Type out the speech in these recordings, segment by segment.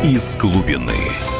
из глубины.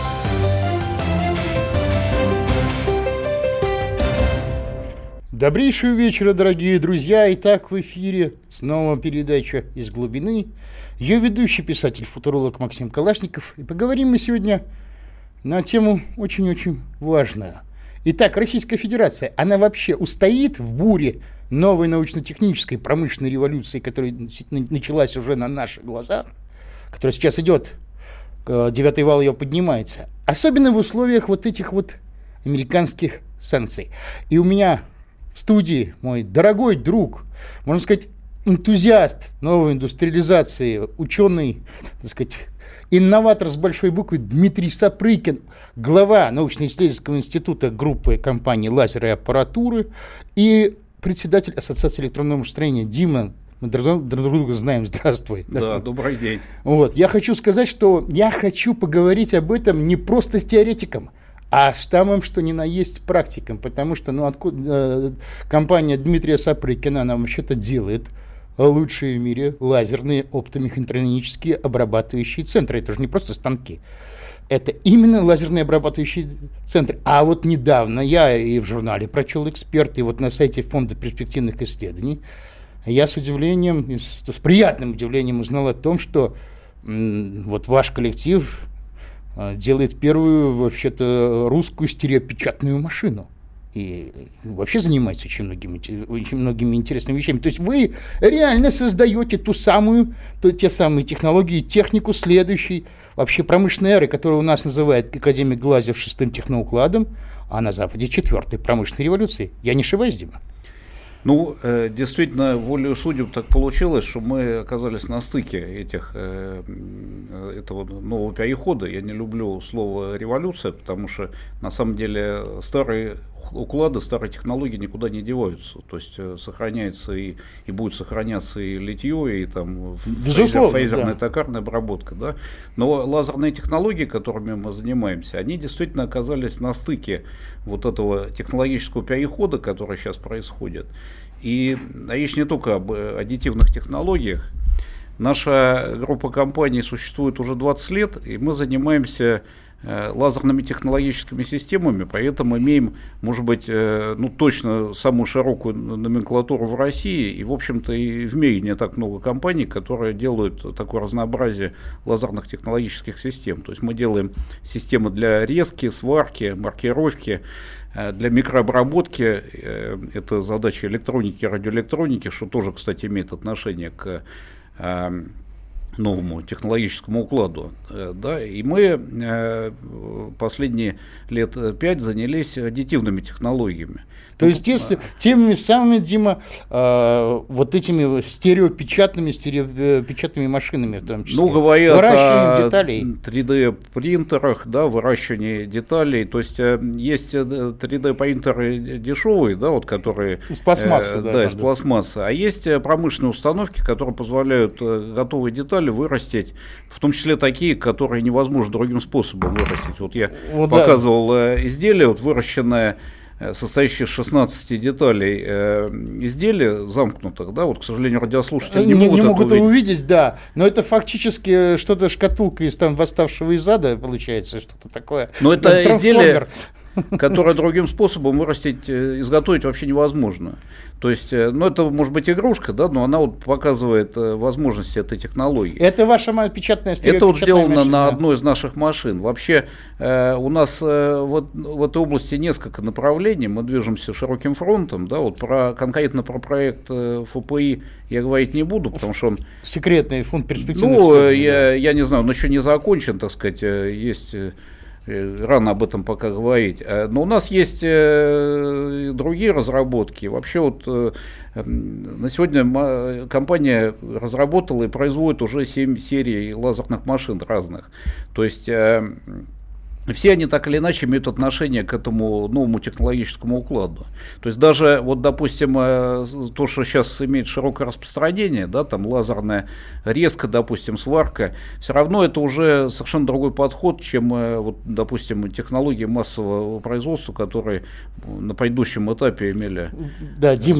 Добрейшего вечера, дорогие друзья. Итак, в эфире снова передача «Из глубины». Ее ведущий писатель-футуролог Максим Калашников. И поговорим мы сегодня на тему очень-очень важную. Итак, Российская Федерация, она вообще устоит в буре новой научно-технической промышленной революции, которая началась уже на наших глазах, которая сейчас идет, 9-й вал ее поднимается, особенно в условиях вот этих вот американских санкций. И у меня в студии мой дорогой друг, можно сказать, энтузиаст новой индустриализации, ученый, так сказать, инноватор с большой буквы Дмитрий Сапрыкин, глава научно-исследовательского института группы компаний «Лазеры и аппаратуры» и председатель Ассоциации электронного машиностроения. Дима, мы друг друга знаем, здравствуй. Да, добрый день. Вот. Я хочу сказать, что я хочу поговорить об этом не просто с теоретиком, а с самым, что ни на есть, практиком, потому что, откуда компания Дмитрия Сапрыкина, она вообще-то делает лучшие в мире лазерные оптомеханические обрабатывающие центры. Это же не просто станки. Это именно лазерные обрабатывающие центры. А вот недавно я и в журнале прочел «Эксперт», и вот на сайте Фонда перспективных исследований я с удивлением, с приятным удивлением узнал о том, что вот ваш коллектив делает первую, вообще-то, русскую стереопечатную машину. И вообще занимается очень многими интересными вещами. То есть вы реально создаете те самые технологии, технику следующей вообще промышленной эры, которую у нас называет академик Глазьев шестым техноукладом, а на Западе четвертой промышленной революцией. Я не ошибаюсь, Дима? Ну, действительно, волею судеб так получилось, что мы оказались на стыке этого нового перехода. Я не люблю слово «революция», потому что, на самом деле, старые уклады, старые технологии никуда не деваются. То есть сохраняется и будет сохраняться и литье, и там фрезерная токарная обработка. Да? Но лазерные технологии, которыми мы занимаемся, они действительно оказались на стыке вот этого технологического перехода, который сейчас происходит. И речь не только об аддитивных технологиях. Наша группа компаний существует уже 20 лет, и мы занимаемся лазерными технологическими системами, поэтому имеем, может быть, точно самую широкую номенклатуру в России, и, в общем-то, и в мире не так много компаний, которые делают такое разнообразие лазерных технологических систем. То есть мы делаем системы для резки, сварки, маркировки, для микрообработки. Это задача электроники, радиоэлектроники, что тоже, кстати, имеет отношение к новому технологическому укладу. Да, и мы последние лет 5 занялись аддитивными технологиями. То есть теми самыми, Дима, вот этими стереопечатными машинами в том числе. Ну, говорят выращиванием деталей. 3D-принтерах, да, выращивании деталей. То есть есть 3D-принтеры дешевые, да, вот, которые... Из пластмассы. Из пластмассы. А есть промышленные установки, которые позволяют готовые детали вырастить, в том числе такие, которые невозможно другим способом вырастить. Вот я показывал изделие, вот выращенное, состоящее из 16 деталей изделия замкнутых, да, вот, к сожалению, радиослушатели не могут это увидеть, да, но это фактически что-то шкатулка из там восставшего из ада, получается, что-то такое. Но это изделие, которое другим способом вырастить, изготовить вообще невозможно. То есть, это может быть игрушка, да, но она вот показывает возможности этой технологии. Это ваша печатная стереопечатная Это вот сделано машина на одной из наших машин. Вообще у нас в этой области несколько направлений, мы движемся широким фронтом, да, вот конкретно про проект ФПИ я говорить не буду, потому что он... Секретный фонд перспективных исследований. Я не знаю, он еще не закончен, так сказать, есть... Рано об этом пока говорить. Но у нас есть другие разработки. Вообще вот на сегодня компания разработала и производит уже 7 серий лазерных машин разных. То есть все они так или иначе имеют отношение к этому новому технологическому укладу. То есть даже, вот, допустим, то, что сейчас имеет широкое распространение, да, там лазерная резка, допустим, сварка, все равно это уже совершенно другой подход, чем, вот, допустим, технологии массового производства, которые на предыдущем этапе имели. Да, Дим,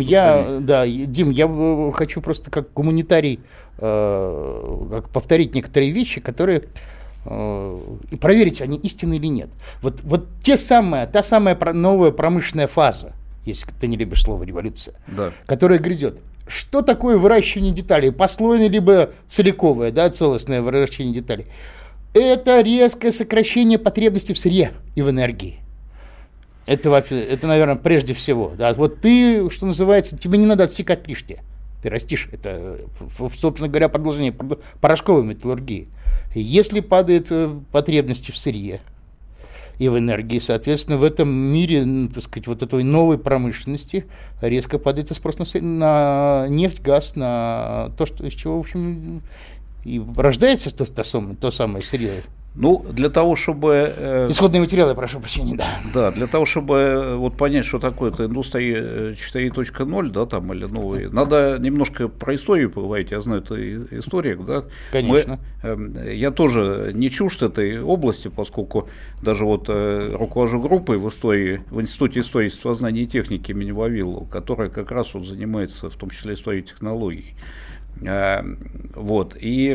я хочу просто как гуманитарий повторить некоторые вещи, которые и проверить, они истинны или нет. Вот та самая новая промышленная фаза, если ты не любишь слово революция, которая грядет. Что такое выращивание деталей? Послойное либо целиковое, да, целостное выращивание деталей? Это резкое сокращение потребностей в сырье и в энергии. Это, наверное, прежде всего. Да. Вот ты, что называется, тебе не надо отсекать лишнее. Ты растишь. Это, собственно говоря, продолжение порошковой металлургии. Если падают потребности в сырье и в энергии, соответственно, в этом мире, так сказать, вот этой новой промышленности резко падает спрос на нефть, газ, на то, из чего, в общем, и рождается то самое сырье. Ну, для того, чтобы... Исходные материалы, прошу прощения, да. Да, для того, чтобы вот понять, что такое это индустрия 4.0, да, там, или новые, надо немножко про историю поговорить. Я знаю, ты историк, да? Конечно. Я тоже не чужд этой области, поскольку даже вот руковожу группой в Институте истории, естествознания и техники имени Вавилова, которая как раз вот занимается в том числе историей технологий. Вот. И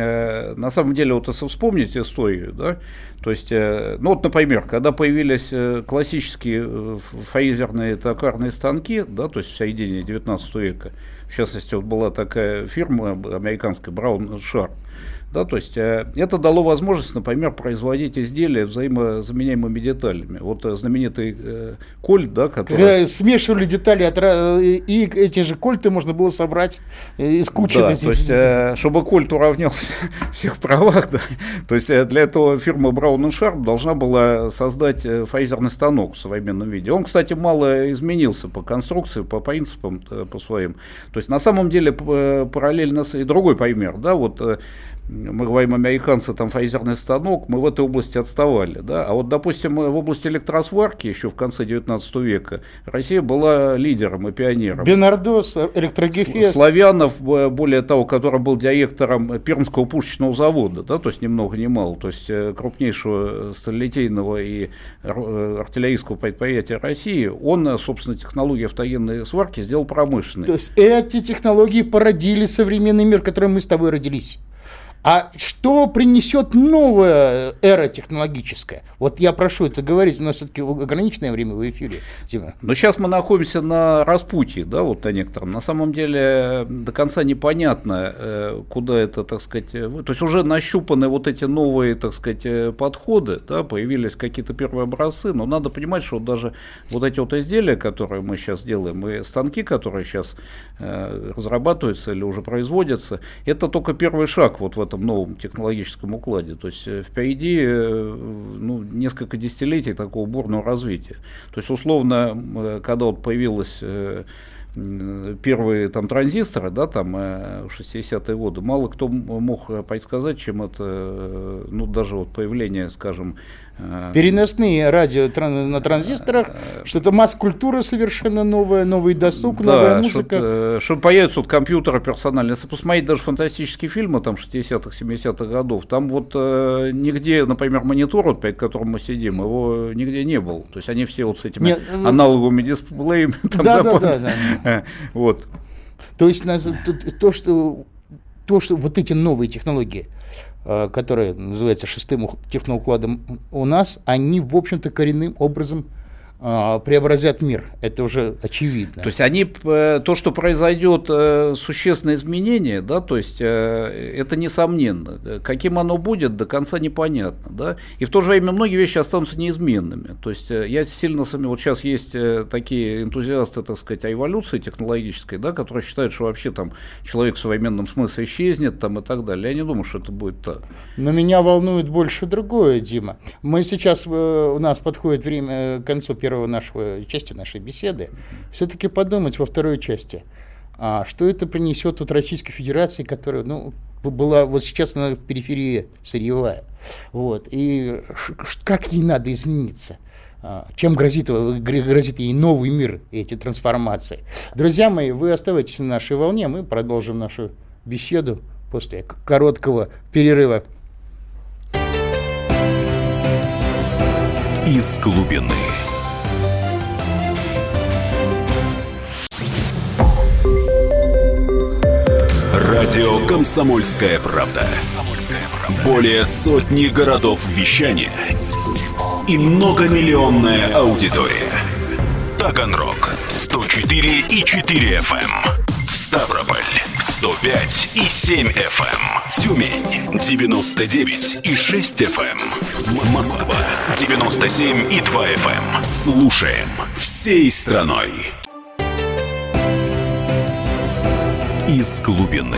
на самом деле, вот если вспомнить историю, да, то есть, ну вот, например, когда появились классические фрезерные токарные станки, да, то есть в середине 19 века, в частности, вот была такая фирма американская Brown & Sharp, да, то есть это дало возможность, например, производить изделия взаимозаменяемыми деталями. Вот знаменитый кольт, да, который... Когда смешивали детали, и эти же кольты можно было собрать из кучи. Да, то есть, чтобы кольт уравнялся всех правах, да, то есть для этого фирма Brown & Sharp должна была создать фрезерный станок в современном виде. Он, кстати, мало изменился по конструкции, по принципам, по своим. То есть на самом деле параллельно и другой пример, да, вот мы говорим, американцы, там фрезерный станок, мы в этой области отставали, да, а вот, допустим, в области электросварки еще в конце 19 века Россия была лидером и пионером. Бенардос, Электрогефест. Славянов, более того, который был директором Пермского пушечного завода, да, то есть ни много ни мало, то есть крупнейшего сталелитейного и артиллерийского предприятия России, он, собственно, технологии автогенной сварки сделал промышленной. То есть эти технологии породили современный мир, в котором мы с тобой родились. А что принесет новая эра технологическая? Вот я прошу это говорить, у нас все-таки ограниченное время в эфире, Дима. Но сейчас мы находимся на распутье, да, вот на некотором. На самом деле до конца непонятно, куда это, так сказать, то есть уже нащупаны вот эти новые, так сказать, подходы, да, появились какие-то первые образцы, но надо понимать, что даже вот эти вот изделия, которые мы сейчас делаем, и станки, которые сейчас разрабатываются или уже производятся, это только первый шаг вот в этом новом технологическом укладе. То есть впереди несколько десятилетий такого бурного развития. То есть условно, когда вот появилась первые там транзисторы, да, там в 60-е годы, мало кто мог предсказать, чем это, даже вот появление, скажем, переносные радио на транзисторах, что это масс-культура совершенно новая, новый досуг, да, новая музыка. Что появятся вот компьютеры персональные. Если посмотреть даже фантастические фильмы там 60-х, 70-х годов, там вот нигде, например, монитор, вот, перед которым мы сидим, его нигде не было. То есть они все вот с этими аналоговыми дисплеями. Да. Вот. То есть то, что вот эти новые технологии, которые называются шестым техноукладом у нас, они, в общем-то, коренным образом преобразят мир. Это уже очевидно. То есть они, то, что произойдет существенное изменение, да, то есть это несомненно. Каким оно будет, до конца непонятно. Да? И в то же время многие вещи останутся неизменными. То есть я сильно вот сейчас есть такие энтузиасты, так сказать, эволюции технологической, да, которые считают, что вообще там человек в современном смысле исчезнет там, и так далее. Я не думаю, что это будет так. Но меня волнует больше другое, Дима. Мы сейчас, у нас подходит время к концу первой части нашей беседы, все-таки подумать во второй части, что это принесет от Российской Федерации, которая, была вот сейчас она в периферии сырьевая, вот, и как ей надо измениться, чем грозит ей новый мир, эти трансформации. Друзья мои, вы оставайтесь на нашей волне, мы продолжим нашу беседу после короткого перерыва. Из глубины. Радио «Комсомольская правда». Более сотни городов вещания и многомиллионная аудитория. Таганрог 104,4 FM. Ставрополь 105,7 FM. Тюмень 99,6 FM. Москва 97,2 FM. Слушаем всей страной. Из глубины.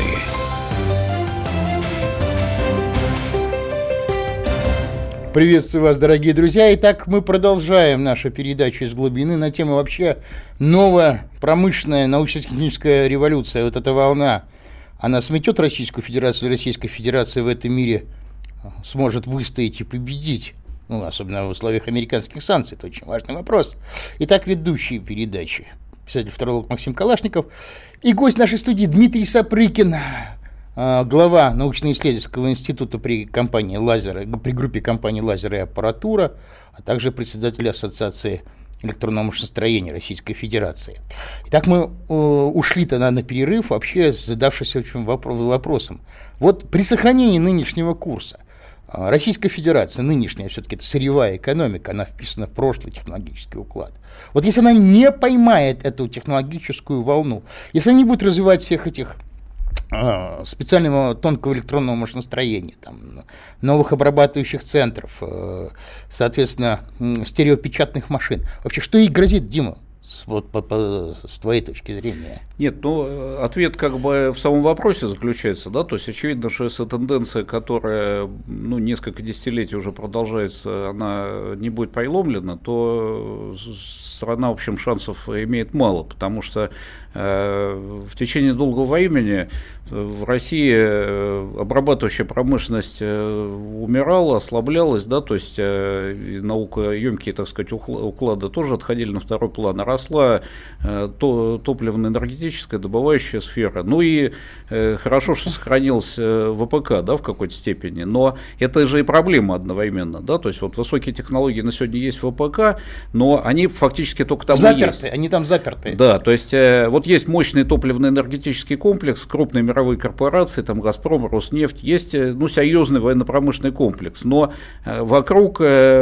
Приветствую вас, дорогие друзья. Итак, мы продолжаем нашу передачу «Из глубины» на тему вообще новая промышленная научно-техническая революция. Вот эта волна, она сметет Российскую Федерацию, и Российская Федерация в этом мире сможет выстоять и победить. Ну, особенно в условиях американских санкций. Это очень важный вопрос. Итак, ведущие передачи. Писатель-футуролог Максим Калашников и гость нашей студии Дмитрий Сапрыкин, глава научно-исследовательского института при компании «Лазеры», при группе компании «Лазеры и аппаратура», а также председатель Ассоциации электронного машиностроения Российской Федерации. Итак, мы ушли тогда на перерыв, вообще задавшись очень вопросом. Вот при сохранении нынешнего курса Российская Федерация, нынешняя все-таки это сырьевая экономика, она вписана в прошлый технологический уклад. Вот если она не поймает эту технологическую волну, если она не будет развивать всех этих специального тонкого электронного машиностроения, там, новых обрабатывающих центров, соответственно, стереопечатных машин. Вообще, что ей грозит, Дима, с твоей точки зрения? Нет, ну, ответ как бы в самом вопросе заключается, да, то есть очевидно, что если тенденция, которая, ну, несколько десятилетий уже продолжается, она не будет преломлена, то страна, в общем, шансов имеет мало, потому что в течение долгого времени в России обрабатывающая промышленность умирала, ослаблялась, да, то есть наукоемкие, так сказать, уклады тоже отходили на второй план, росла топливно-энергетическая добывающая сфера, ну и хорошо, что сохранилась ВПК, да, в какой-то степени, но это же и проблема одновременно, да, то есть вот высокие технологии на сегодня есть в ВПК, но они фактически только там заперты, есть. Они там заперты. Да, то есть вот есть мощный топливно-энергетический комплекс, крупные мировые корпорации, там «Газпром», «Роснефть», есть, ну, серьезный военно-промышленный комплекс, но вокруг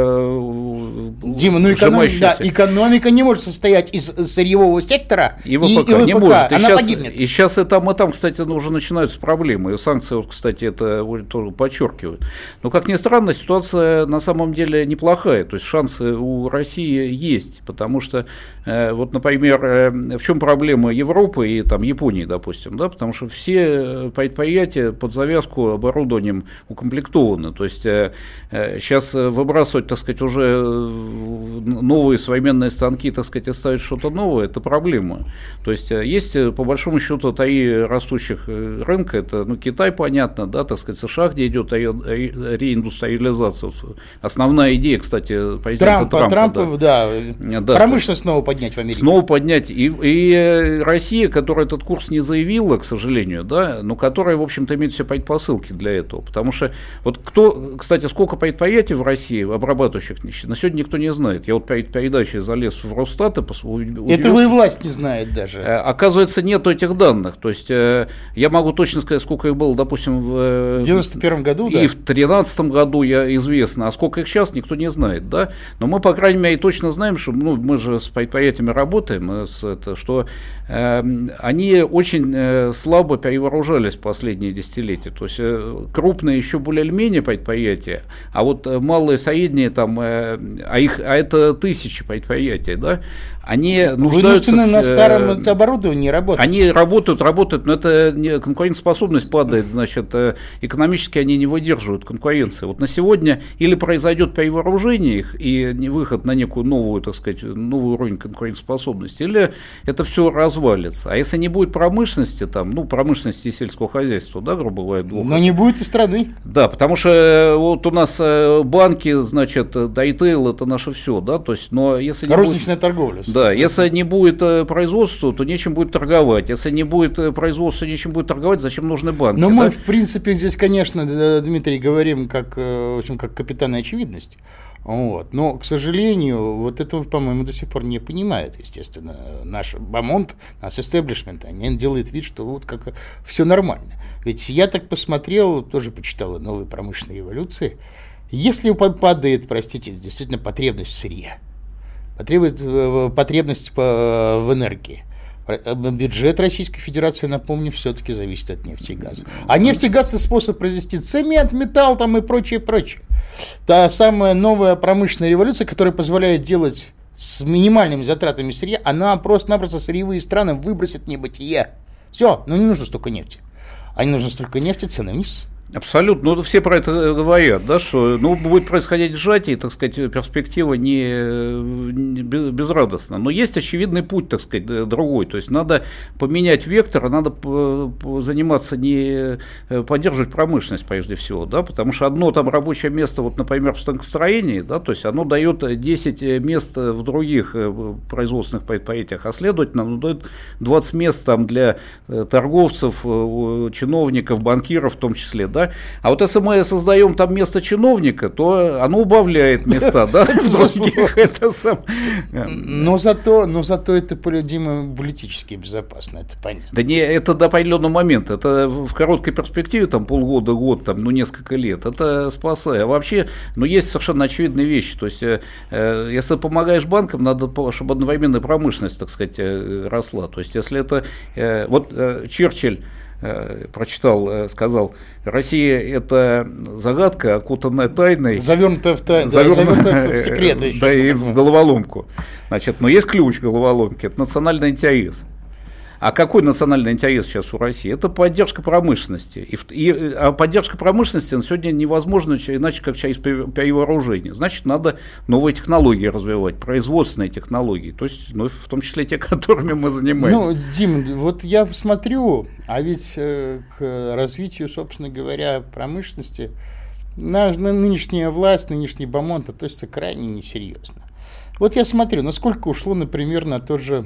Дима, ну экономика не может состоять из сырьевого сектора и ВПК. Не может. Она погибнет. И сейчас и там, кстати, уже начинаются проблемы, и санкции, вот, кстати, это тоже подчеркивают. Но, как ни странно, ситуация на самом деле неплохая, то есть шансы у России есть, потому что, вот, например, в чем проблема Европы и там Японии, допустим, да, потому что все предприятия под завязку оборудованием укомплектованы, то есть сейчас выбрасывать, так сказать, уже новые современные станки, так сказать, оставить что-то новое, это проблема. То есть есть, по большому счету, три растущих рынка, это, ну, Китай, понятно, да, так сказать, США, где идет реиндустриализация. Основная идея, кстати, президента Трампа, да, промышленность снова поднять в Америке. Снова поднять. И Россия, которая этот курс не заявила, к сожалению, да, но которая, в общем-то, имеет все предпосылки для этого. Потому что, вот кстати, сколько предприятий в России, обрабатывающих, на сегодня никто не знает. Я вот перед передачей залез в Росстат и этого и власть не знает даже. Оказывается, нет этих данных. То есть, я могу точно сказать, сколько их было, допустим, в 91 году, да? И в 2013 году известно, а сколько их сейчас, никто не знает, да. Но мы, по крайней мере, точно знаем, что, ну, мы же с предприятиями работаем, что они очень слабо перевооружались в последние десятилетия. То есть крупные еще более-менее предприятия, а вот малые, средние, там, это тысячи предприятий, да, они нуждаются на старом оборудовании работать. Они работают, но это конкурентоспособность падает, значит, экономически они не выдерживают конкуренции. Вот на сегодня или произойдет перевооружение их и выход на некую новую, так сказать, новый уровень конкурентоспособности, или это все развалится. А если не будет промышленности, там, ну, промышленности и сельского хозяйства, да, грубо говоря, но не будет и страны. Да, потому что вот у нас банки, значит, ритейл — это наше все, да, то есть, но если не розничная торговля. Да, если не будет производства, то нечем будет торговать. Если не будет производства, нечем будет торговать, зачем нужны банки? Но мы, в принципе, здесь, конечно, Дмитрий, говорим как, в общем, как капитаны очевидности. Вот. Но, к сожалению, вот этого, по-моему, до сих пор не понимает, естественно, наш бомонд, наш истеблишмент. Они делают вид, что вот как все нормально. Ведь я так посмотрел, тоже почитал «Новые промышленные революции». Если падает, простите, действительно потребность в сырье, потребность в энергии, бюджет Российской Федерации, напомню, все-таки зависит от нефти и газа. А нефть и газ – это способ произвести цемент, металл там и прочее, прочее. Та самая новая промышленная революция, которая позволяет делать с минимальными затратами сырья, она просто-напросто сырьевые страны выбросит в небытие. Все, ну не нужно столько нефти. А не нужно столько нефти, цены вниз. Абсолютно. Ну, все про это говорят, да, что будет происходить сжатие, так сказать, перспектива не безрадостна. Но есть очевидный путь, так сказать, другой. То есть надо поменять вектор, надо заниматься не поддерживать промышленность прежде всего, да, потому что одно там рабочее место, вот, например, в станкостроении, да, то есть оно дает 10 мест в других производственных предприятиях, а следовательно, оно дает 20 мест там для торговцев, чиновников, банкиров в том числе, да. А вот если мы создаем там место чиновника, то оно убавляет места, да, в других. Но зато это, Дима, политически безопасно, это понятно. Да не, это до определенного момента, это в короткой перспективе, там полгода, год, там, ну несколько лет, это спасает. А вообще, ну есть совершенно очевидные вещи, то есть, если помогаешь банкам, надо, чтобы одновременно промышленность, так сказать, росла. То есть, если это, вот Черчилль прочитал, сказал, Россия – это загадка, окутанная тайной. Завернутая в секреты. Да, и в головоломку. Значит, но есть ключ головоломки – это национальный интерес. А какой национальный интерес сейчас у России? Это поддержка промышленности. А поддержка промышленности сегодня невозможна иначе, как через перевооружение. Значит, надо новые технологии развивать, производственные технологии, то есть, ну, в том числе те, которыми мы занимаемся. Ну, Дим, вот я смотрю, а ведь к развитию, собственно говоря, промышленности нынешняя власть, нынешний бомонд относится крайне несерьезно. Вот я смотрю, насколько ушло, например, на тот же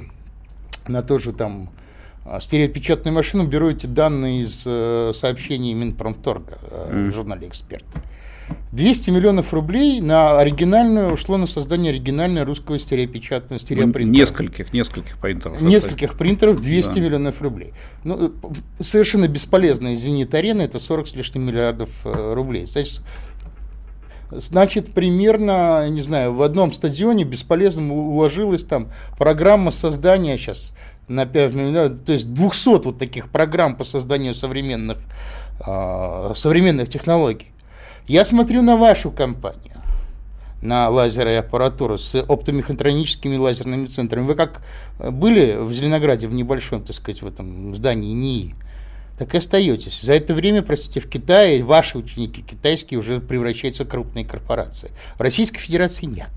там стереопечатную машину, беру эти данные из сообщений Минпромторга в журнале «Эксперт». 200 миллионов рублей на оригинальную ушло на создание оригинального русского стереопечатного стереопринтера. Нескольких принтеров. Нескольких принтеров, 200 миллионов рублей. Ну, совершенно бесполезная «Зенит-арена», это 40 с лишним миллиардов рублей. Значит, примерно, не знаю, в одном стадионе бесполезно уложилась там программа создания сейчас на 5 миллионов, то есть 200 вот таких программ по созданию современных технологий. Я смотрю на вашу компанию, на лазеры и аппаратуру с оптомехатроническими лазерными центрами. Вы как были в Зеленограде в небольшом, так сказать, в этом здании НИИ, так и остаетесь. За это время, простите, в Китае ваши ученики китайские уже превращаются в крупные корпорации. В Российской Федерации нет.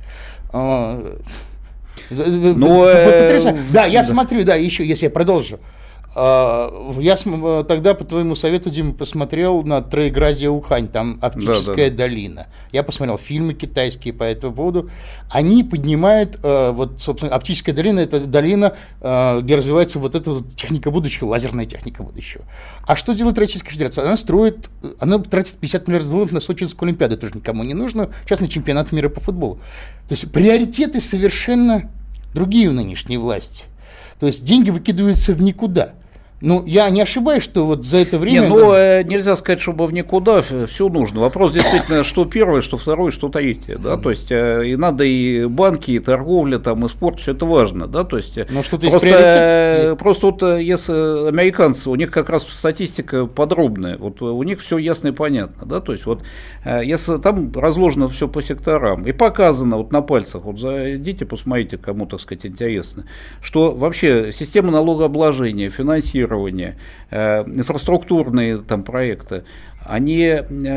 Да, я смотрю, да, еще, если я продолжу. Я тогда по твоему совету, Дима, посмотрел на Троеградие Ухань, там оптическая долина. Я посмотрел фильмы китайские по этому поводу. Они поднимают, вот, собственно, оптическая долина, это долина, где развивается вот эта вот техника будущего, лазерная техника будущего. А что делает Российская Федерация? Она тратит 50 миллиардов долларов на Сочинскую Олимпиаду, тоже никому не нужно, сейчас на чемпионат мира по футболу. То есть приоритеты совершенно другие у нынешней власти. То есть деньги выкидываются в никуда. Ну, я не ошибаюсь, что вот за это время... Нельзя сказать, чтобы в никуда все нужно. Вопрос действительно, что первое, что второе, что третье. Да? То есть, и надо и банки, и торговля, там, и спорт, все это важно. Да? То есть, просто вот если американцы, у них как раз статистика подробная, вот у них все ясно и понятно. Да? То есть, вот, если там разложено все по секторам и показано вот на пальцах, вот зайдите, посмотрите, кому, так сказать, интересно, что вообще система налогообложения, финансирования, инфраструктурные там проекты, они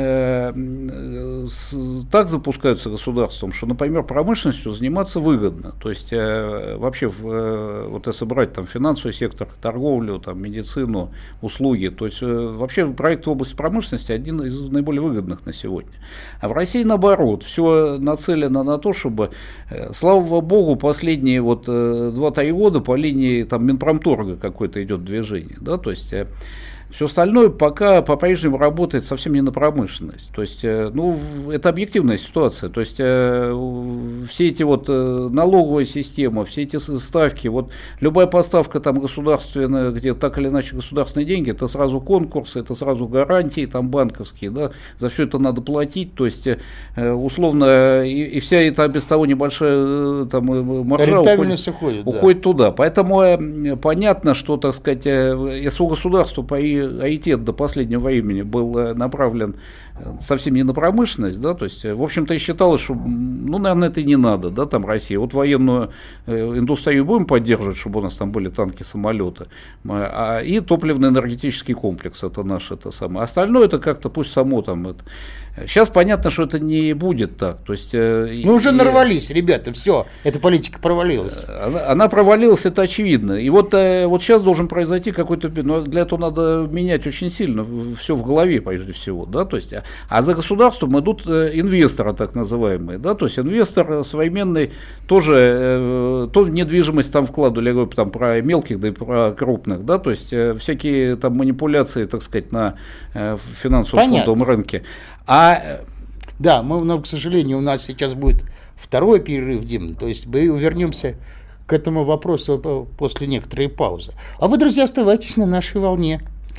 так запускаются государством, что, например, промышленностью заниматься выгодно. То есть вообще, вот если брать там финансовый сектор, торговлю, там, медицину, услуги, то есть вообще проект в области промышленности один из наиболее выгодных на сегодня. А в России наоборот, все нацелено на то, чтобы, слава богу, последние вот 2-3 года по линии там Минпромторга какое-то идет движение, да, то есть Все остальное пока по-прежнему работает совсем не на промышленность. То есть, это объективная ситуация. То есть, все эти вот налоговая система, все эти ставки, вот любая поставка там государственная, где так или иначе государственные деньги, это сразу конкурсы, это сразу гарантии там банковские, да, за все это надо платить. То есть, условно, и вся эта без того небольшая там маржа уходит туда. Поэтому понятно, что, так сказать, если у государства приоритет до последнего времени был направлен совсем не на промышленность, да, то есть, в общем-то, и считалось, что, наверное, это и не надо, да, там Россия. Вот военную индустрию будем поддерживать, чтобы у нас там были танки, самолеты, и топливно-энергетический комплекс, это наше, это самое. Остальное это как-то пусть само там это. Сейчас понятно, что это не будет так. То есть, мы уже нарвались, ребята, все, эта политика провалилась. Она провалилась, это очевидно. И вот сейчас должен произойти какой-то, но для этого надо менять очень сильно все в голове, прежде всего, да, то есть, а за государством идут инвесторы, так называемые, да, то есть инвестор современный тоже недвижимость там вкладывали, я говорю там про мелких, да и про крупных, да, то есть всякие там манипуляции, так сказать, на финансовом фондовом рынке. Да, но, к сожалению, у нас сейчас будет второй перерыв, Дим, то есть мы вернемся к этому вопросу после некоторой паузы. А вы, друзья, оставайтесь на нашей волне.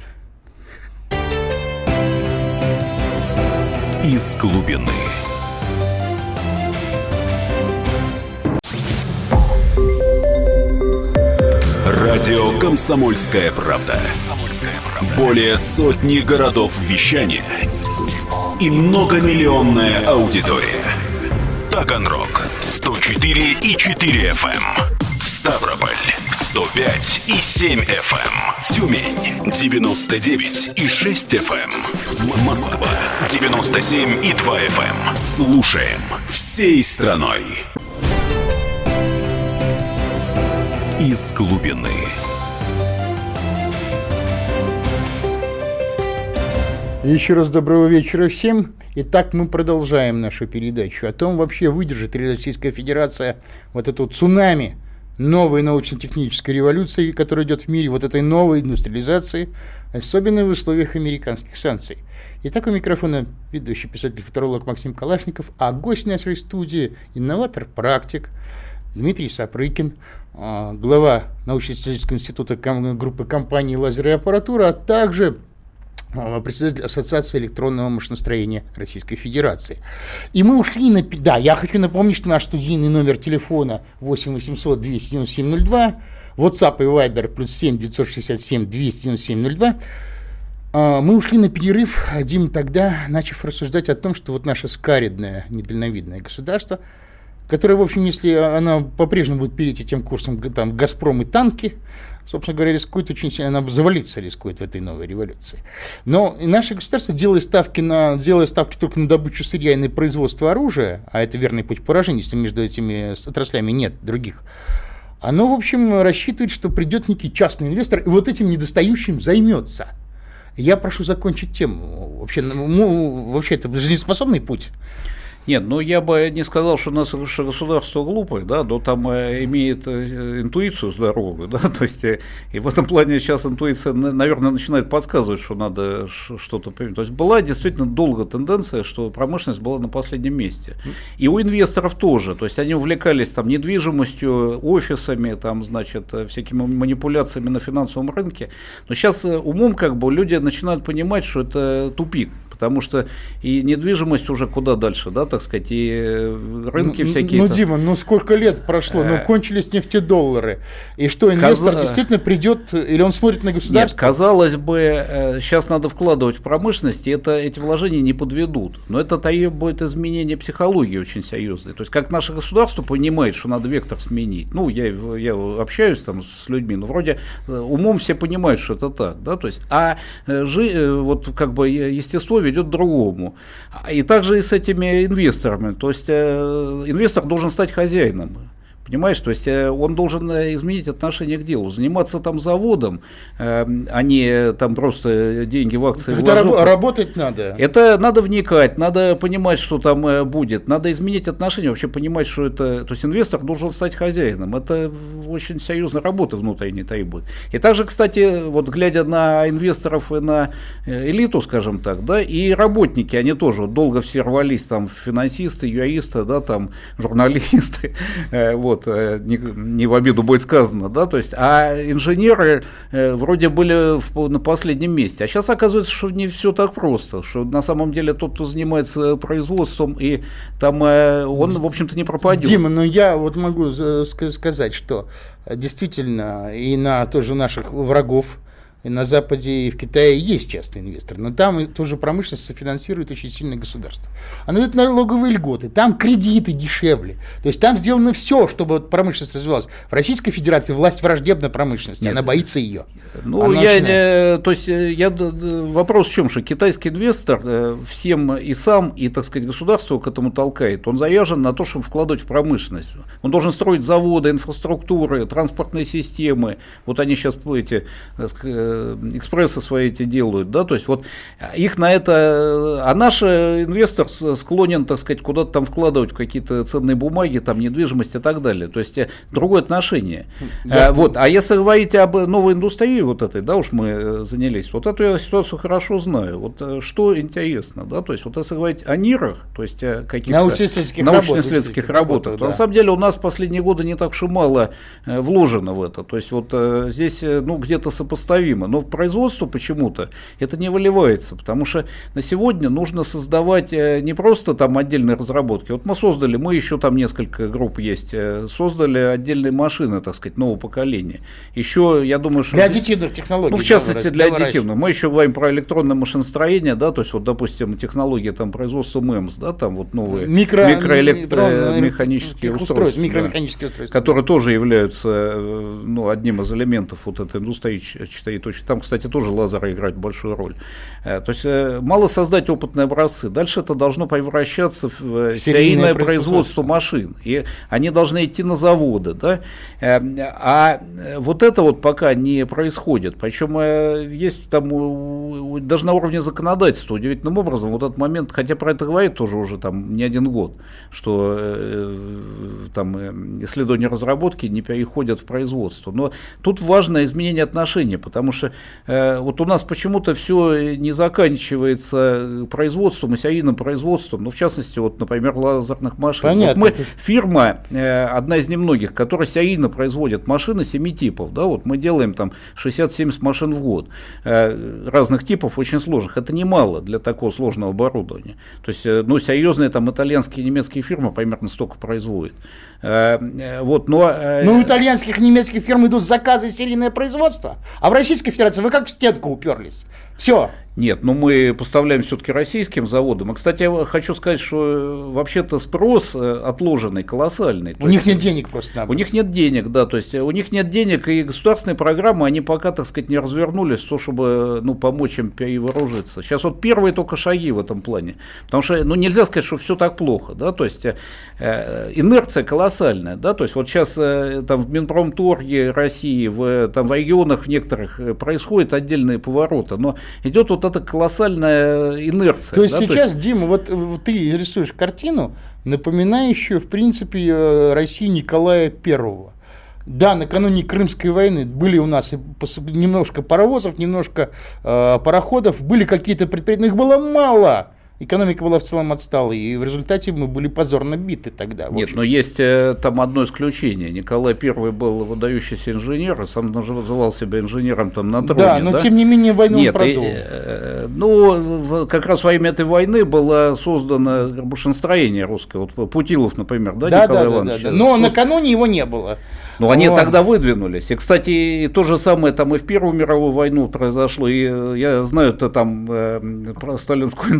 Из глубины. Радио «Комсомольская правда». Более сотни городов вещания и многомиллионная аудитория. Таганрог 104,4 FM, Ставрополь 105,7 FM, Тюмень 99,6 FM, Москва 97,2 FM. Слушаем всей страной. Из глубины. Еще раз доброго вечера всем. Итак, мы продолжаем нашу передачу о том, вообще выдержит ли Российская Федерация вот эту цунами новой научно-технической революции, которая идет в мире, вот этой новой индустриализации, особенно в условиях американских санкций. Итак, у микрофона ведущий писатель-футуролог Максим Калашников, а гость нашей студии – инноватор-практик Дмитрий Сапрыкин, глава научно-исследовательского института группы компании «Лазер и аппаратура», а также председатель Ассоциации электронного машиностроения Российской Федерации. И мы ушли на... Да, я хочу напомнить, что наш студийный номер телефона 8 800 297 02, WhatsApp и Viber +7 967 297 02. Мы ушли на перерыв, Дим, тогда начав рассуждать о том, что вот наше скаридное, недальновидное государство, которое, в общем, если она по-прежнему будет перейти тем курсом, там, «Газпром» и танки, собственно говоря, рискует очень сильно, она завалиться рискует в этой новой революции. Но и наше государство, делая ставки только на добычу сырья и на производство оружия, а это верный путь поражения, если между этими отраслями нет других, оно, в общем, рассчитывает, что придет некий частный инвестор и вот этим недостающим займется. Я прошу закончить тему. Вообще это жизнеспособный путь? Нет, я бы не сказал, что наше государство глупое, да, но там имеет интуицию здоровую, да, то есть и в этом плане сейчас интуиция, наверное, начинает подсказывать, что надо что-то применить. То есть была действительно долго тенденция, что промышленность была на последнем месте. И у инвесторов тоже, то есть они увлекались там недвижимостью, офисами, там, значит, всякими манипуляциями на финансовом рынке. Но сейчас умом люди начинают понимать, что это тупик. Потому что и недвижимость уже куда дальше, да, так сказать, и рынки всякие. Дима, сколько лет прошло, кончились нефтедоллары. И что, инвестор действительно придет, или он смотрит на государство? Нет, казалось бы, сейчас надо вкладывать в промышленность, и эти вложения не подведут. Но это требует изменения психологии очень серьезной. То есть, как наше государство понимает, что надо вектор сменить. Я общаюсь там с людьми, вроде умом все понимают, что это так, да, то есть, естество ведет к другому. И также и с этими инвесторами. То есть инвестор должен стать хозяином. Понимаешь, то есть он должен изменить отношение к делу, заниматься там заводом, а не там просто деньги в акции вложил. Работать надо. Это надо вникать, надо понимать, что там будет, надо изменить отношения, вообще понимать, что это, то есть инвестор должен стать хозяином. Это очень серьезная работа внутренней требует. И также, кстати, вот глядя на инвесторов и на элиту, скажем так, да, и работники, они тоже вот долго все рвались, там, финансисты, юристы, да, там, журналисты, вот, не в обиду будет сказано, да, то есть, а инженеры вроде были на последнем месте, а сейчас оказывается, что не все так просто, что на самом деле тот, кто занимается производством, и там он, в общем-то, не пропадет. Дима, ну я вот могу сказать, что действительно и на тоже наших врагов, и на Западе, и в Китае есть частный инвестор, но там тоже промышленность софинансирует очень сильное государство. Оно дает налоговые льготы, там кредиты дешевле. То есть там сделано все, чтобы промышленность развивалась. В Российской Федерации власть враждебна промышленности, она боится ее. Ну, вопрос в чем, что китайский инвестор всем и сам, и, так сказать, государство к этому толкает. Он заряжен на то, чтобы вкладывать в промышленность. Он должен строить заводы, инфраструктуры, транспортные системы. Вот они сейчас эти экспрессы свои эти делают, да, то есть вот их на это, а наш инвестор склонен, так сказать, куда-то там вкладывать в какие-то ценные бумаги, там недвижимость и так далее, то есть другое отношение. Вот, а если говорить об новой индустрии вот этой, да, уж мы занялись, вот эту я ситуацию хорошо знаю, вот что интересно, да, то есть вот если говорить о НИРах, то есть о каких-то научно-исследовательских работах, то на самом деле у нас в последние годы не так уж и мало вложено в это, то есть вот здесь, ну, где-то сопоставимо. Но в производство почему-то это не выливается, потому что на сегодня нужно создавать не просто там отдельные разработки. Вот мы создали, мы еще там несколько групп есть, создали отдельные машины, так сказать, нового поколения. Еще, я думаю, что... Для аддитивных технологий. Ну, в частности, для аддитивных. Мы еще говорим про электронное машиностроение, да, то есть, вот, допустим, технология там производства МЭМС, да, там вот новые микроэлектромеханические устройства, микромеханические устройства, которые тоже являются, ну, одним из элементов вот этой индустрии, читай точно. Там, кстати, тоже лазеры играют большую роль. То есть мало создать опытные образцы. Дальше это должно превращаться в серийное производство машин. И они должны идти на заводы. Да? А вот это вот пока не происходит. Причем есть там даже на уровне законодательства удивительным образом вот этот момент, хотя про это говорит тоже уже там не один год, что там исследования разработки не переходят в производство. Но тут важно изменение отношений, потому что вот у нас почему-то все не заканчивается производством и серийным производством, ну, в частности, вот, например, лазерных машин. Понятно. Вот мы фирма, одна из немногих, которая серийно производит машины 7 типов, да, вот мы делаем там 60-70 машин в год, разных типов, очень сложных, это немало для такого сложного оборудования, то есть, ну, серьезные там итальянские и немецкие фирмы примерно столько производят. Вот, но у итальянских и немецких фирм идут заказы серийное производство, а в Российской Федерации вы как в стенку уперлись. Все. Нет, ну мы поставляем все-таки российским заводам. И, кстати, я хочу сказать, что вообще-то спрос отложенный, колоссальный. У них нет денег просто. У них нет денег, да, то есть у них нет денег, и государственные программы, они пока, так сказать, не развернулись, то, чтобы, ну, помочь им перевооружиться. Сейчас вот первые только шаги в этом плане. Потому что, ну, нельзя сказать, что все так плохо, да, то есть инерция колоссальная, да, то есть вот сейчас там в Минпромторге России, там в регионах в некоторых происходят отдельные повороты, но идет вот эта колоссальная инерция. То есть сейчас, Дима, вот ты рисуешь картину, напоминающую, в принципе, Россию Николая I. Да, накануне Крымской войны были у нас немножко паровозов, немножко пароходов, были какие-то предприятия, но их было мало. Экономика была в целом отсталой, и в результате мы были позорно биты тогда. Нет, но есть там одно исключение. Николай I был выдающийся инженер, и сам называл себя инженером там на троне. Да, но тем не менее войну он продул. Ну, как раз во имя этой войны было создано машиностроение русское. Вот Путилов, например, да, Николай Иванович? Да. Но накануне его не было. Ну, они тогда выдвинулись. И, кстати, то же самое там и в Первую мировую войну произошло. И я знаю, это там про сталинскую индустриализацию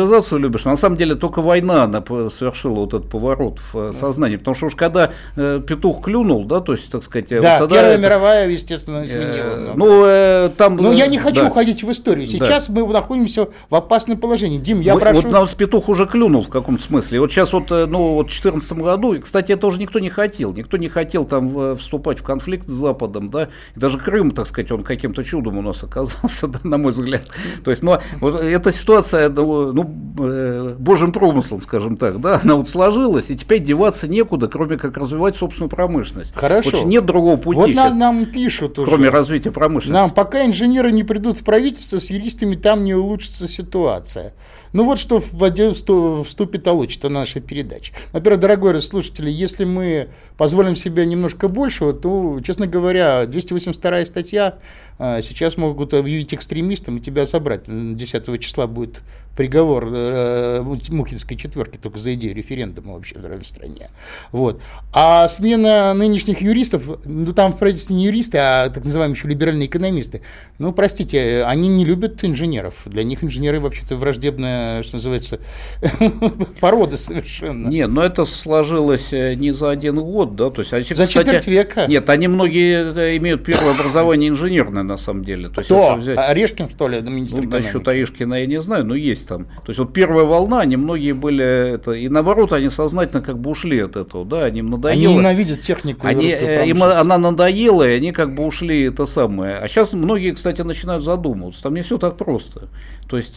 индустриализацию любишь, но на самом деле только война, она совершила вот этот поворот в сознании, потому что уж когда петух клюнул, да, то есть, так сказать... Да, вот тогда Первая мировая, естественно, изменила. Но я не хочу уходить в историю. Сейчас мы находимся в опасном положении. Дим, я прошу... Вот у нас петух уже клюнул в каком-то смысле. Вот сейчас вот, в 2014 году, и, кстати, это уже никто не хотел. Никто не хотел там вступать в конфликт с Западом, да, и даже Крым, так сказать, он каким-то чудом у нас оказался, да, на мой взгляд. То есть, вот эта ситуация, божьим промыслом, скажем так, да, она вот сложилась, и теперь деваться некуда, кроме как развивать собственную промышленность. Хорошо. Вот нет другого пути. Вот нам пишут уже. Кроме развития промышленности. Нам, пока инженеры не придут в правительство, с юристами там не улучшится ситуация. Ну вот что вступит Алочи-то на нашей передаче. Во-первых, дорогой слушатели, если мы позволим себе немножко большего, то, честно говоря, 282-я статья сейчас могут объявить экстремистом и тебя собрать. 10 числа будет приговор Мухинской четверки только за идею референдума вообще в стране. Вот. А смена нынешних юристов, там в правительстве не юристы, а так называемые еще либеральные экономисты, простите, они не любят инженеров. Для них инженеры вообще-то враждебная, что называется, порода совершенно. Нет, но это сложилось не за один год, да, то есть... За четверть века. Нет, они многие имеют первое образование инженерное, на самом деле. То есть, кто? Орешкин, что ли, министр экономики? Насчет Орешкина я не знаю, но есть там. То есть, вот первая волна, они многие были, и наоборот, они сознательно как бы ушли от этого, да, им надоело. Они ненавидят технику. Им она надоела, и они как бы ушли это самое. А сейчас многие, кстати, начинают задумываться, там не все так просто. То есть,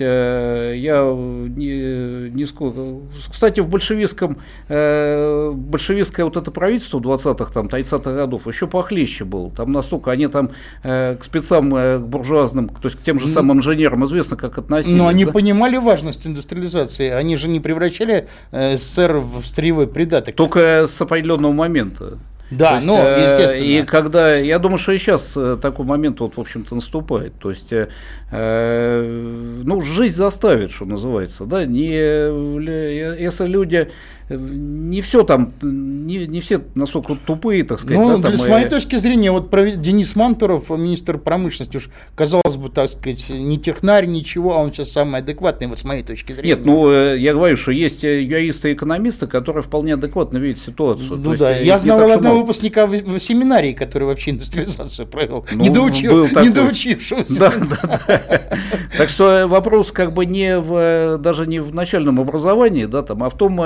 кстати, в большевистское вот это правительство 20-х, там, 30-х годов еще похлеще было. Там настолько они там к спецам, к буржуазным, то есть к тем же самым инженерам известно, как относились. Но они понимали важность индустриализации, они же не превращали СССР в сырьевой придаток. Только с определенного момента. Да, есть, естественно. И когда, я думаю, что и сейчас такой момент, вот, в общем-то, наступает. То есть, жизнь заставит, что называется, да, если люди не все там, не все настолько тупые, так сказать. С моей точки зрения, вот Денис Мантуров, министр промышленности, уж, казалось бы, так сказать, не технарь, ничего, а он сейчас самый адекватный, вот с моей точки зрения. Нет, я говорю, что есть юристы и экономисты, которые вполне адекватно видят ситуацию. Я знал одного выпускника в семинарии, который вообще индустриализацию провел, недоучившегося. Да. Так что вопрос как бы даже не в начальном образовании, да, там, а в том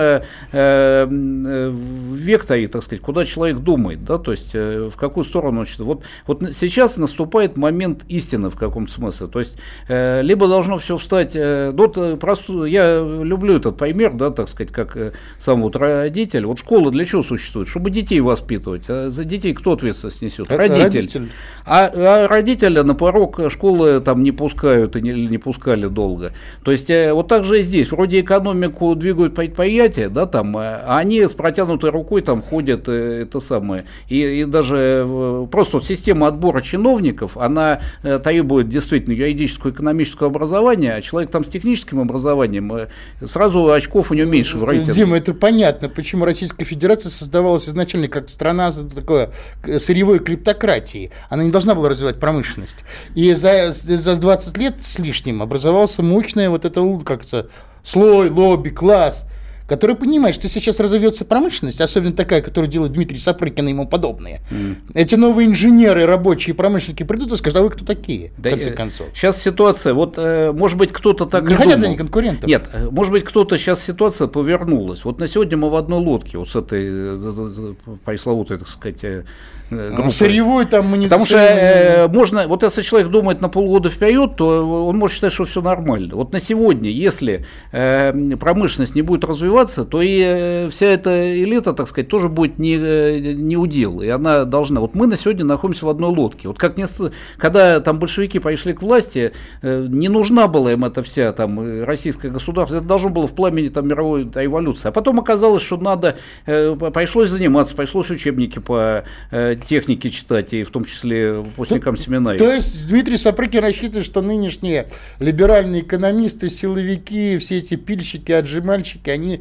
векторе, так сказать, куда человек думает, да, то есть в какую сторону он считает. Вот сейчас наступает момент истины в каком-то смысле, то есть либо должно все встать, я люблю этот пример, да, так сказать, как сам вот родитель, вот школа для чего существует? Чтобы детей воспитывать, а за детей кто ответственность несет? Родитель. А родителя на порог школы там не пускают и не пускали долго. То есть вот так же и здесь, вроде экономику двигают предприятия, да, там, а они с протянутой рукой там ходят, это самое, и даже просто вот система отбора чиновников, она требует действительно юридического, экономического образования, а человек там с техническим образованием, сразу очков у него меньше в рейтинге. Дима, это понятно, почему Российская Федерация создавалась изначально как страна такой сырьевой криптократии, она не должна была развивать промышленность, и за 20 лет с лишним образовался мощный вот это, слой, лобби, класс, который понимает, что сейчас разовьется промышленность, особенно такая, которую делает Дмитрий Сапрыкин и ему подобные. Эти новые инженеры, рабочие, промышленники придут и скажут, а вы кто такие, в конце концов? Сейчас ситуация, может быть, кто-то так не хотят они конкурентов. Нет, может быть, кто-то сейчас ситуация повернулась. Вот на сегодня мы в одной лодке, вот с этой пресловутой, так сказать, сырьевой там мы не... Потому что можно, вот если человек думает на полгода вперед, то он может считать, что все нормально. Вот на сегодня, если промышленность не будет развиваться, то и вся эта элита, так сказать, тоже будет не удел. И она должна... Вот мы на сегодня находимся в одной лодке. Вот как когда там большевики пришли к власти, не нужна была им эта вся там российское государство, это должно было в пламени там мировой революции. А потом оказалось, что пришлось заниматься, пришлось учебники по техники читать, и в том числе выпускникам семинарии. То есть Дмитрий Сапрыкин рассчитывает, что нынешние либеральные экономисты, силовики, все эти пильщики, отжимальщики, они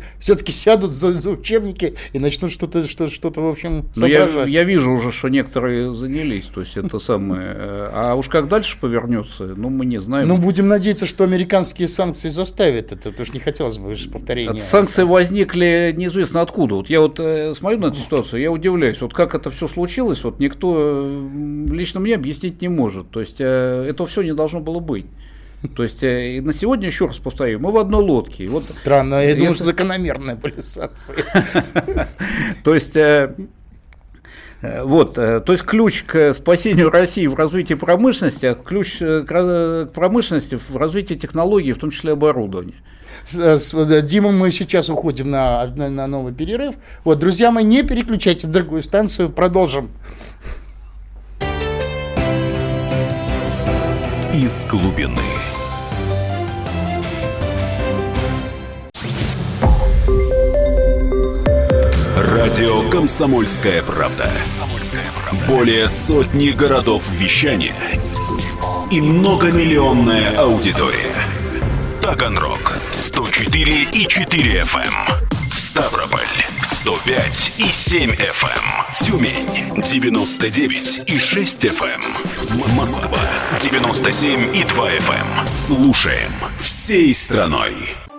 все-таки сядут за учебники и начнут что-то в общем, соображать. Я вижу уже, что некоторые занялись, то есть это самое. А уж как дальше повернется, мы не знаем. Будем надеяться, что американские санкции заставят это, потому что не хотелось бы повторения. Санкции возникли неизвестно откуда. Вот я смотрю на эту ситуацию, я удивляюсь, как это все случилось, никто лично мне объяснить не может. То есть это все не должно было быть. То есть на сегодня, еще раз повторю, мы в одной лодке. Странно, я думаю, что закономерные были санкции. То есть ключ к спасению России в развитии промышленности, ключ к промышленности в развитии технологий, в том числе оборудования. Дима, мы сейчас уходим на новый перерыв. Друзья мои, не переключайте на другую станцию, продолжим. Из глубины. Радио «Комсомольская правда». Более сотни городов вещания и многомиллионная аудитория. Таганрог 104,4 FM. Ставрополь 105,7 FM. Тюмень 99,6 FM. Москва 97,2 FM. Слушаем всей страной.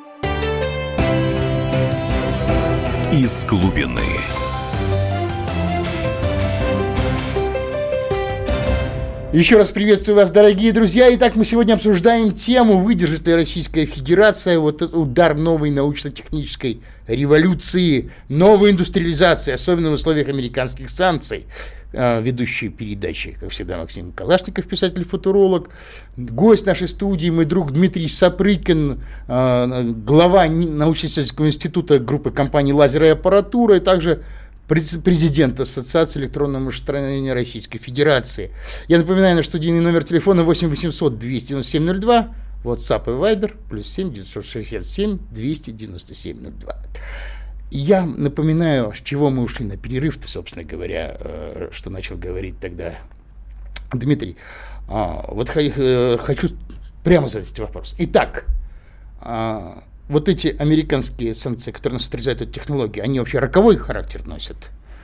Из глубины. Еще раз приветствую вас, дорогие друзья. Итак, мы сегодня обсуждаем тему, выдержит ли Российская Федерация этот удар новой научно-технической революции, новой индустриализации, особенно в условиях американских санкций. Ведущий передачи, как всегда, Максим Калашников, писатель-футуролог. Гость нашей студии, мой друг Дмитрий Сапрыкин, глава научно-исследовательского института группы компаний «Лазер и аппаратура», и также президент Ассоциации электронного машиностроения Российской Федерации. Я напоминаю, на студийный номер телефона 8 800 297 02, WhatsApp и Viber, +7 967 297 02. Я напоминаю, с чего мы ушли на перерыв-то, собственно говоря, что начал говорить тогда Дмитрий. Хочу прямо задать вопрос. Итак, эти американские санкции, которые нас отрезают от технологий, они вообще роковой характер носят?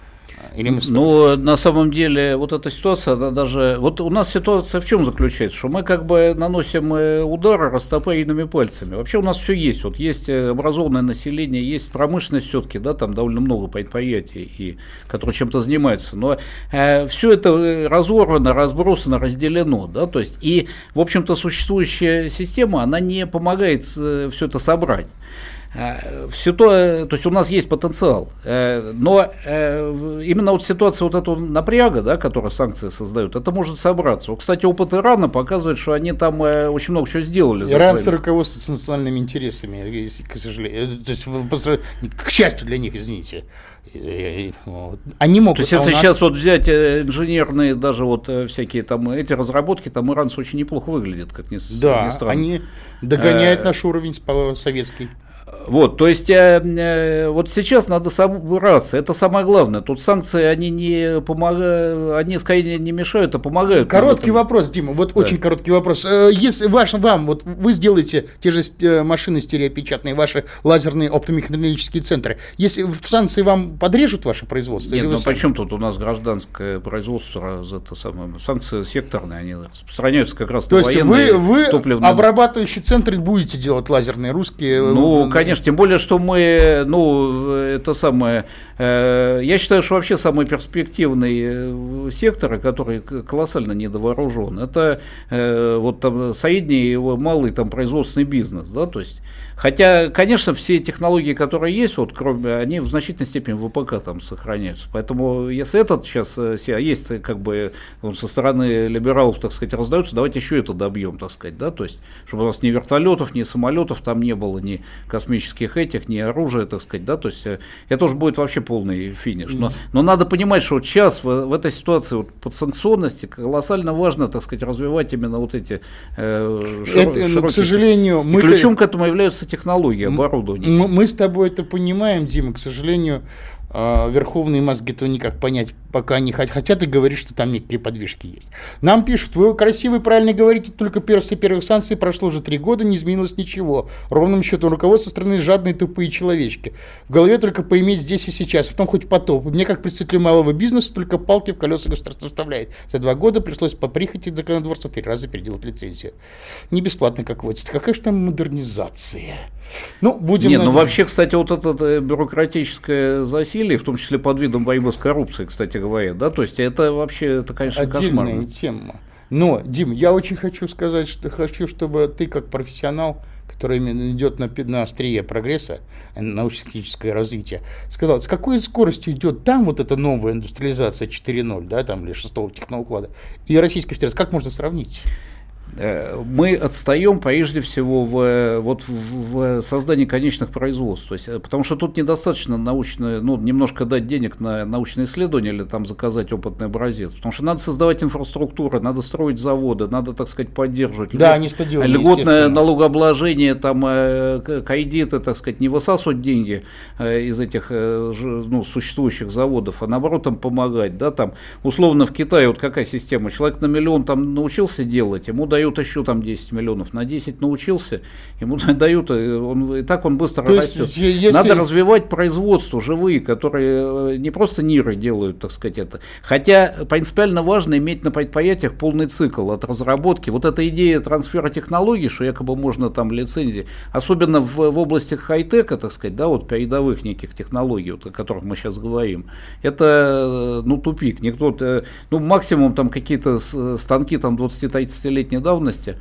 На самом деле, эта ситуация, она даже... у нас ситуация в чем заключается? Что мы наносим удары растопыренными пальцами. Вообще у нас все есть. Есть образованное население, есть промышленность все-таки, там довольно много предприятий, которые чем-то занимаются. Но все это разорвано, разбросано, разделено. То есть, и, в общем-то, существующая система, она не помогает все это собрать. То есть у нас есть потенциал, но именно ситуация эту напряга, которую санкции создают, это может собраться. Кстати, опыт Ирана показывает, что они там очень много чего сделали. Иран руководствуется национальными интересами, к сожалению, то есть, к счастью для них, извините. Они могут. То есть, если сейчас взять инженерные, даже всякие эти разработки, там иранцы очень неплохо выглядят, как ни странно. Да, они догоняют наш уровень советский. То есть сейчас надо собраться, это самое главное. Тут санкции, они не помогают, они скорее не мешают, а помогают. Короткий вопрос, Дима, очень короткий вопрос. Если вы сделаете те же машины стереопечатные, ваши лазерные оптомеханические центры, если санкции вам подрежут ваше производство? Нет, почему тут у нас гражданское производство, санкции секторные, они распространяются как раз на военные. То есть вы обрабатывающие центры будете делать лазерные, русские? Конечно, тем более, что мы, я считаю, что вообще самый перспективный сектор, который колоссально недовооружен, это средний и малый производственный бизнес, то есть, хотя, конечно, все технологии, которые есть, они в значительной степени в ВПК там сохраняются, поэтому, если этот сейчас есть, со стороны либералов, так сказать, раздаются, давайте еще это добьем, так сказать, то есть, чтобы у нас ни вертолетов, ни самолетов там не было, ни космических ни оружия, так сказать, то есть, это уже будет вообще полный финиш. Но надо понимать, что сейчас в этой ситуации подсанкционности колоссально важно, так сказать, развивать именно эти широкие... К сожалению, ключом к этому являются технологии, оборудование. Мы с тобой это понимаем, Дима, к сожалению, верховные мозги этого никак понять пока не хотят и говорить, что там некие подвижки есть. Нам пишут, вы красиво и правильно говорите, только после первых санкций прошло уже 3 года, не изменилось ничего. Ровным счетом руководство страны жадные тупые человечки. В голове только поиметь здесь и сейчас, а потом хоть потоп. Мне, как представителю малого бизнеса, только палки в колеса государства вставляет. За 2 года пришлось по прихоти законодательства 3 раза переделать лицензию. Не бесплатно, как водится. Какая же там модернизация? Ну, будем Нет, ну вообще, кстати, вот это бюрократическое засилие, в том числе под видом борьбы с коррупцией, кстати говоря, да, то есть это вообще, это, конечно, отдельная кошмарно. тема. Но, Дим, я очень хочу сказать, что хочу, чтобы ты, как профессионал, который именно идет на острие прогресса, научно-техническое развитие, сказал, с какой скоростью идет там вот эта новая индустриализация 4.0, да, там, или 6-го техноуклада, и Российская Федерация, как можно сравнить? Мы отстаем прежде всего в создании конечных производств, то есть, потому что тут недостаточно немножко дать денег на научные исследования или там заказать опытный образец, потому что надо создавать инфраструктуру, надо строить заводы, надо, так сказать, поддерживать. Да, не стадионы, льготное налогообложение, там, кредиты, так сказать, не высасывать деньги из этих существующих заводов, а наоборот там помогать, да, там, условно в Китае вот какая система, человек на миллион там научился делать, ему дают еще там 10 миллионов, на 10 научился, ему дают, и так он быстро растет. Надо развивать производство живые, которые не просто НИРы делают, так сказать, это. Хотя принципиально важно иметь на предприятиях полный цикл от разработки. Вот эта идея трансфера технологий, что якобы можно там лицензии, особенно в области хай-тека, так сказать, да, вот передовых неких технологий, вот, о которых мы сейчас говорим, это тупик. Никто, максимум там какие-то станки там 20-30-летней давности,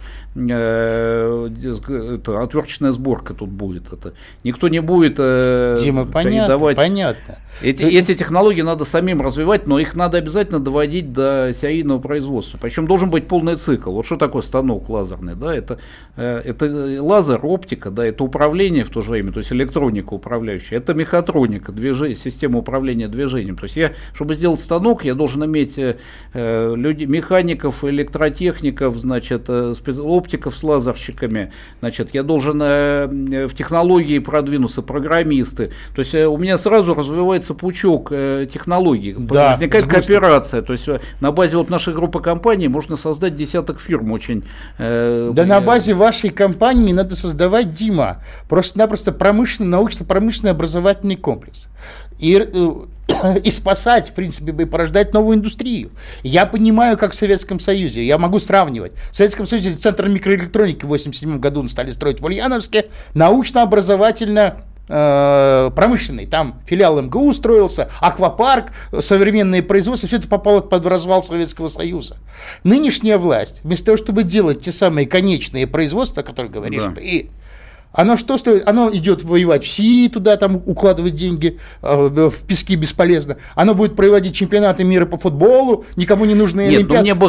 отверточная сборка тут будет. Это. Никто не будет Дима, передавать. Понятно. Эти технологии надо самим развивать, но их надо обязательно доводить до серийного производства. Причем должен быть полный цикл. Вот что такое станок лазерный? Да? Это лазер, оптика, да, это управление в то же время, то есть электроника управляющая, это мехатроника, система управления движением. То есть чтобы сделать станок, я должен иметь механиков, электротехников, значит, оптиков с лазерщиками, значит, я должен в технологии продвинуться, программисты. То есть у меня сразу развивается пучок технологий, да, возникает кооперация. То есть на базе вот нашей группы компаний можно создать десяток фирм очень. Да на базе вашей компании надо создавать, Дима, просто-напросто научно-промышленный образовательный комплекс. И спасать, в принципе, и порождать новую индустрию. Я понимаю, как в Советском Союзе, я могу сравнивать. В Советском Союзе центр микроэлектроники в 1987 году стали строить в Ульяновске, научно-образовательно промышленный, там филиал МГУ строился, аквапарк, современные производства, все это попало под развал Советского Союза. Нынешняя власть, вместо того, чтобы делать те самые конечные производства, о которых говоришь, да. Оно что стоит? Оно идет воевать в Сирии, туда там укладывать деньги в пески бесполезно. Оно будет проводить чемпионаты мира по футболу, никому не нужны олимпиады.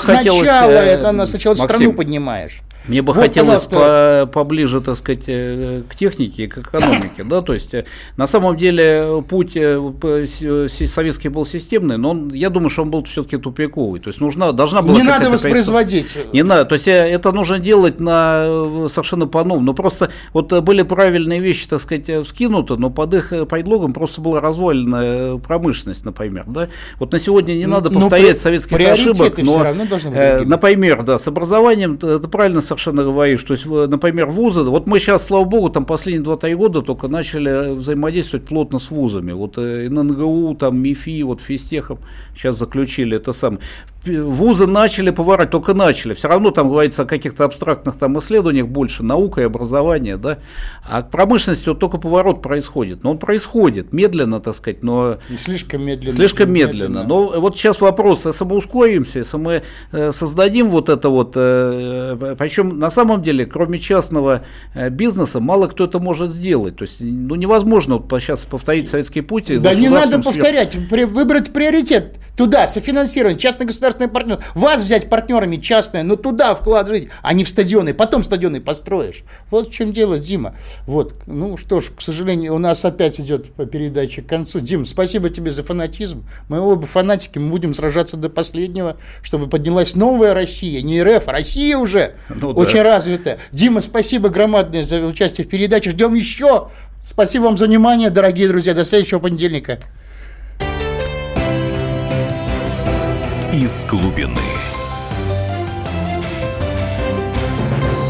Сначала страну поднимаешь. Мне бы хотелось поближе, так сказать, к технике и к экономике, да, то есть на самом деле путь советский был системный, но я думаю, что он был все-таки тупиковый, то есть должна была. Не надо воспроизводить. Не надо, то есть это нужно делать совершенно по-новому, но просто вот были правильные вещи, так сказать, вскинуты, но под их предлогом просто была развалена промышленность, например, да. Вот на сегодня не надо повторять советских ошибок, но, например, да, с образованием, это правильно совершенно говоришь, то есть, например, вузы, вот мы сейчас, слава богу, там последние 2-3 года только начали взаимодействовать плотно с вузами, вот ННГУ, там МИФИ, вот Физтехом сейчас заключили это самое. Вузы начали поворачивать, только начали, все равно там говорится о каких-то абстрактных там исследованиях больше, наука и образование, да, а к промышленности вот только поворот происходит, но он происходит медленно, так сказать, но слишком медленно. Но вот сейчас вопрос, если мы ускоримся, если мы создадим вот это вот, причем на самом деле, кроме частного бизнеса, мало кто это может сделать, то есть, невозможно вот сейчас повторить советский путь. Да не надо повторять, выбрать приоритет туда, софинансировать, частно-государственный партнер, вас взять партнерами частное, но туда вкладывать, а не в стадионы, потом стадионы построишь. Вот в чем дело, Дима. Вот, что ж, к сожалению, у нас опять идет передача к концу. Дим, спасибо тебе за фанатизм. Мы оба фанатики, мы будем сражаться до последнего, чтобы поднялась новая Россия, не РФ, а Россия уже очень развитая. Дима, спасибо громадное за участие в передаче. Ждем еще. Спасибо вам за внимание, дорогие друзья. До следующего понедельника. из глубины.